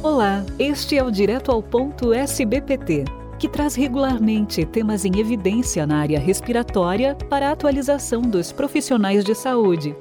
Olá, este é o Direto ao Ponto SBPT, que traz regularmente temas em evidência na área respiratória para a atualização dos profissionais de saúde.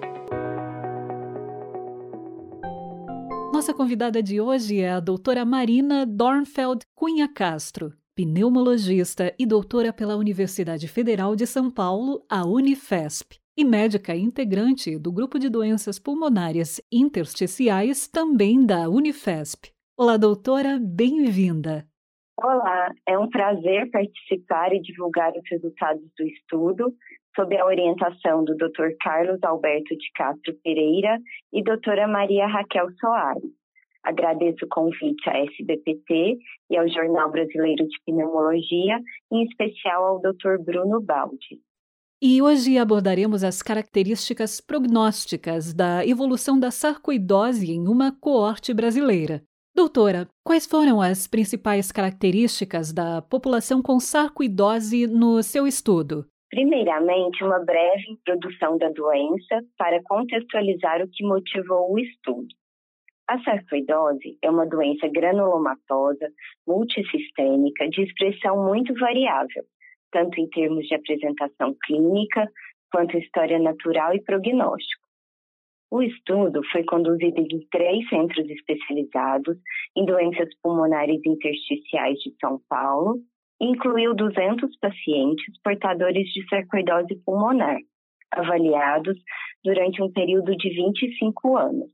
Nossa convidada de hoje é a doutora Marina Dornfeld Cunha Castro, pneumologista e doutora pela Universidade Federal de São Paulo, a Unifesp, e médica integrante do Grupo de Doenças Pulmonares Intersticiais, também da Unifesp. Olá, doutora, bem-vinda. Olá, é um prazer participar e divulgar os resultados do estudo sob a orientação do Dr. Carlos Alberto de Castro Pereira e doutora Maria Raquel Soares. Agradeço o convite à SBPT e ao Jornal Brasileiro de Pneumologia, em especial ao Dr. Bruno Baldi. E hoje abordaremos as características prognósticas da evolução da sarcoidose em uma coorte brasileira. Doutora, quais foram as principais características da população com sarcoidose no seu estudo? Primeiramente, uma breve introdução da doença para contextualizar o que motivou o estudo. A sarcoidose é uma doença granulomatosa, multissistêmica, de expressão muito variável, tanto em termos de apresentação clínica, quanto história natural e prognóstico. O estudo foi conduzido em 3 centros especializados em doenças pulmonares intersticiais de São Paulo e incluiu 200 pacientes portadores de sarcoidose pulmonar, avaliados durante um período de 25 anos.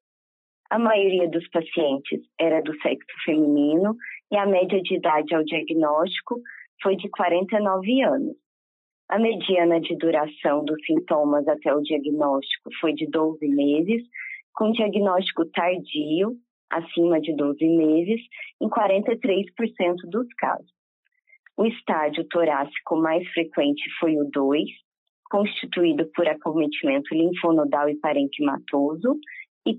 A maioria dos pacientes era do sexo feminino e a média de idade ao diagnóstico foi de 49 anos. A mediana de duração dos sintomas até o diagnóstico foi de 12 meses, com diagnóstico tardio, acima de 12 meses, em 43% dos casos. O estádio torácico mais frequente foi o 2, constituído por acometimento linfonodal e parenquimatoso, e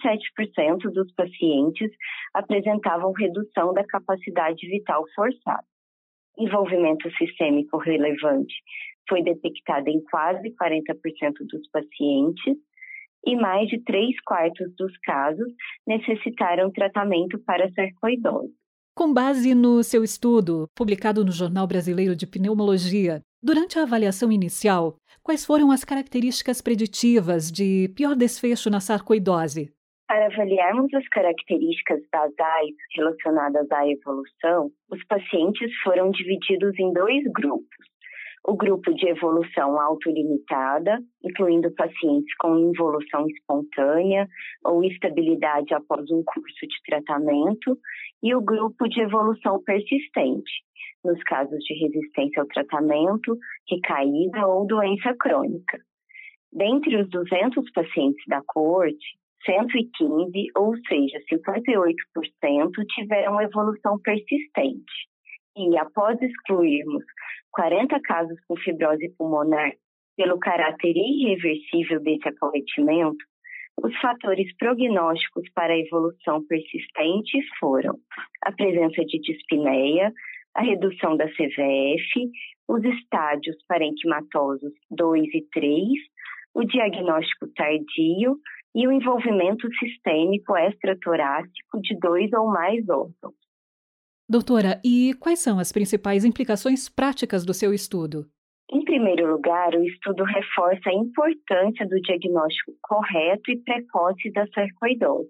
37% dos pacientes apresentavam redução da capacidade vital forçada. Envolvimento sistêmico relevante foi detectado em quase 40% dos pacientes e mais de 3/4 dos casos necessitaram tratamento para sarcoidose. Com base no seu estudo, publicado no Jornal Brasileiro de Pneumologia, durante a avaliação inicial, quais foram as características preditivas de pior desfecho na sarcoidose? Para avaliarmos as características basais relacionadas à evolução, os pacientes foram divididos em 2 grupos. O grupo de evolução autolimitada, incluindo pacientes com involução espontânea ou estabilidade após um curso de tratamento, e o grupo de evolução persistente, nos casos de resistência ao tratamento, recaída ou doença crônica. Dentre os 200 pacientes da coorte, 115, ou seja, 58%, tiveram evolução persistente. E, após excluirmos 40 casos com fibrose pulmonar pelo caráter irreversível desse acometimento, os fatores prognósticos para a evolução persistente foram a presença de dispneia, a redução da CVF, os estádios parenquimatosos 2 e 3, o diagnóstico tardio e o envolvimento sistêmico extratorácico de 2 ou mais órgãos. Doutora, e quais são as principais implicações práticas do seu estudo? Em primeiro lugar, o estudo reforça a importância do diagnóstico correto e precoce da sarcoidose.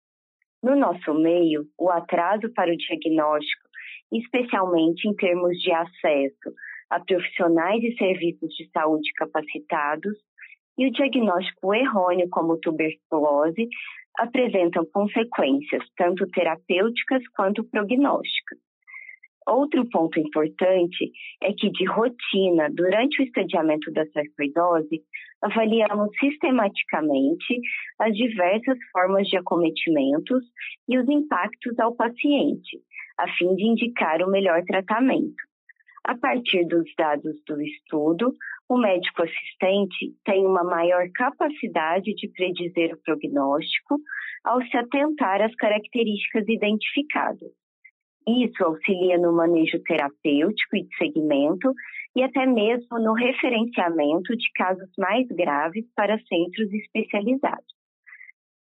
No nosso meio, o atraso para o diagnóstico, especialmente em termos de acesso a profissionais e serviços de saúde capacitados, e o diagnóstico errôneo como tuberculose apresentam consequências tanto terapêuticas quanto prognósticas. Outro ponto importante é que, de rotina, durante o estadiamento da sarcoidose, avaliamos sistematicamente as diversas formas de acometimentos e os impactos ao paciente, a fim de indicar o melhor tratamento. A partir dos dados do estudo, o médico assistente tem uma maior capacidade de predizer o prognóstico ao se atentar às características identificadas. Isso auxilia no manejo terapêutico e de segmento e até mesmo no referenciamento de casos mais graves para centros especializados.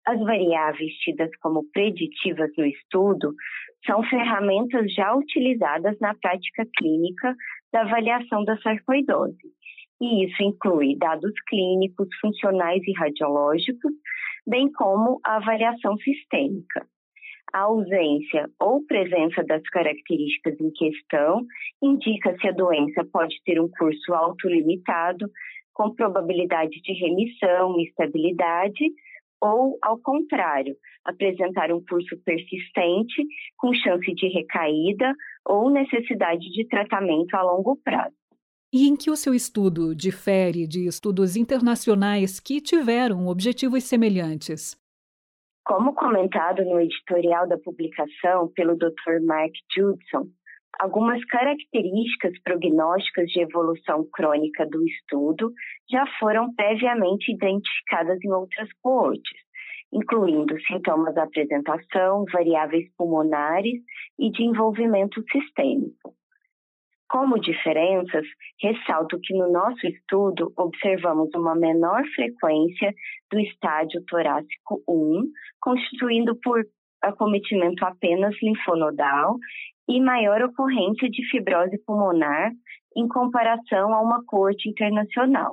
As variáveis tidas como preditivas no estudo são ferramentas já utilizadas na prática clínica da avaliação da sarcoidose, e isso inclui dados clínicos, funcionais e radiológicos, bem como a avaliação sistêmica. A ausência ou presença das características em questão indica se a doença pode ter um curso autolimitado, com probabilidade de remissão e estabilidade, ou, ao contrário, apresentar um curso persistente, com chance de recaída ou necessidade de tratamento a longo prazo. E em que o seu estudo difere de estudos internacionais que tiveram objetivos semelhantes? Como comentado no editorial da publicação pelo Dr. Mark Judson, algumas características prognósticas de evolução crônica do estudo já foram previamente identificadas em outras coortes, incluindo sintomas da apresentação, variáveis pulmonares e de envolvimento sistêmico. Como diferenças, ressalto que no nosso estudo observamos uma menor frequência do estádio torácico 1, constituindo por acometimento apenas linfonodal, e maior ocorrência de fibrose pulmonar em comparação a uma coorte internacional.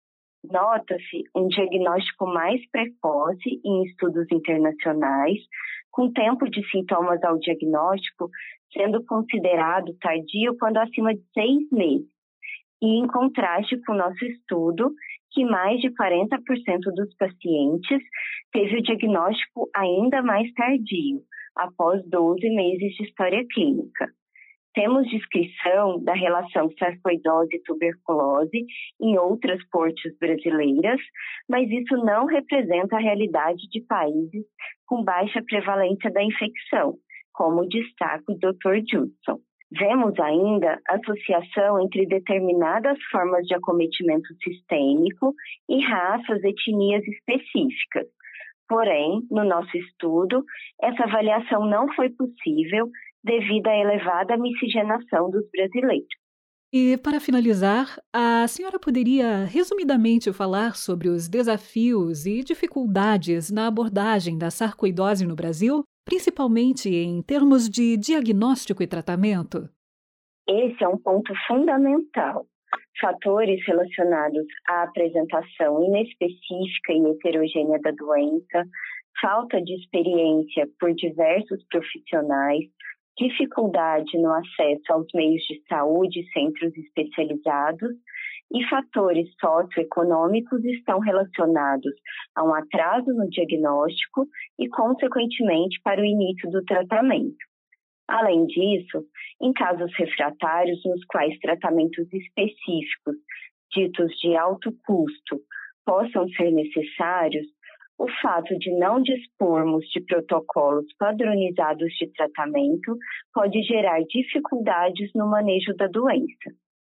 Nota-se um diagnóstico mais precoce em estudos internacionais, com tempo de sintomas ao diagnóstico sendo considerado tardio quando acima de 6 meses, e em contraste com o nosso estudo, que mais de 40% dos pacientes teve o diagnóstico ainda mais tardio, após 12 meses de história clínica. Temos descrição da relação sarcoidose e tuberculose em outras coortes brasileiras, mas isso não representa a realidade de países com baixa prevalência da infecção, como destaca o Dr. Judson. Vemos ainda associação entre determinadas formas de acometimento sistêmico e raças, etnias específicas. Porém, no nosso estudo, essa avaliação não foi possível devido à elevada miscigenação dos brasileiros. E, para finalizar, a senhora poderia resumidamente falar sobre os desafios e dificuldades na abordagem da sarcoidose no Brasil, principalmente em termos de diagnóstico e tratamento? Esse é um ponto fundamental. Fatores relacionados à apresentação inespecífica e heterogênea da doença, falta de experiência por diversos profissionais, dificuldade no acesso aos meios de saúde e centros especializados e fatores socioeconômicos estão relacionados a um atraso no diagnóstico e, consequentemente, para o início do tratamento. Além disso, em casos refratários nos quais tratamentos específicos, ditos de alto custo, possam ser necessários, o fato de não dispormos de protocolos padronizados de tratamento pode gerar dificuldades no manejo da doença.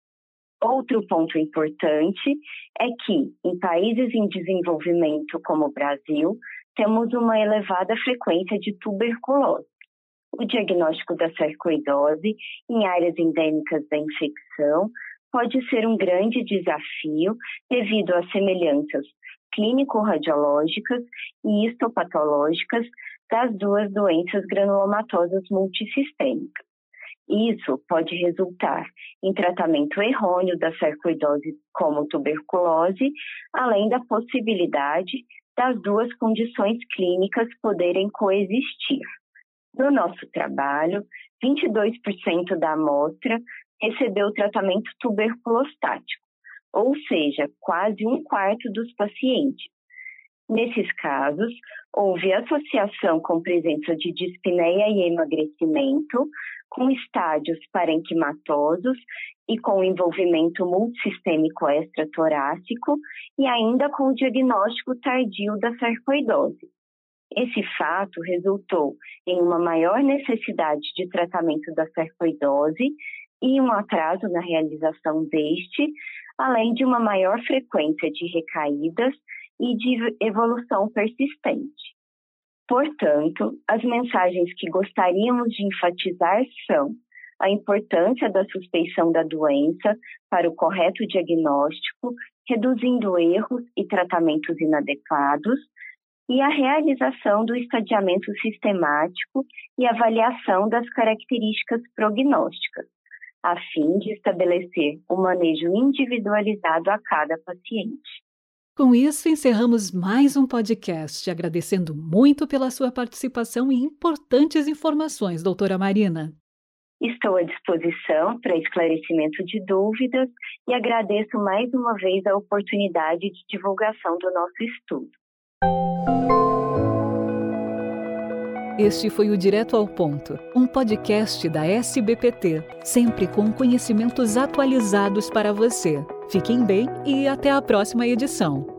Outro ponto importante é que, em países em desenvolvimento como o Brasil, temos uma elevada frequência de tuberculose. O diagnóstico da sarcoidose em áreas endêmicas da infecção pode ser um grande desafio devido às semelhanças clínico-radiológicas e histopatológicas das duas doenças granulomatosas multissistêmicas. Isso pode resultar em tratamento errôneo da sarcoidose como tuberculose, além da possibilidade das duas condições clínicas poderem coexistir. No nosso trabalho, 22% da amostra recebeu tratamento tuberculostático, ou seja, quase um quarto dos pacientes. Nesses casos, houve associação com presença de dispneia e emagrecimento, com estádios parenquimatosos e com envolvimento multissistêmico extratorácico e ainda com o diagnóstico tardio da sarcoidose. Esse fato resultou em uma maior necessidade de tratamento da sarcoidose e um atraso na realização deste, além de uma maior frequência de recaídas e de evolução persistente. Portanto, as mensagens que gostaríamos de enfatizar são a importância da suspeição da doença para o correto diagnóstico, reduzindo erros e tratamentos inadequados, e a realização do estadiamento sistemático e avaliação das características prognósticas, a fim de estabelecer o manejo individualizado a cada paciente. Com isso, encerramos mais um podcast, agradecendo muito pela sua participação e importantes informações, doutora Marina. Estou à disposição para esclarecimento de dúvidas e agradeço mais uma vez a oportunidade de divulgação do nosso estudo. Este foi o Direto ao Ponto, um podcast da SBPT, sempre com conhecimentos atualizados para você. Fiquem bem e até a próxima edição.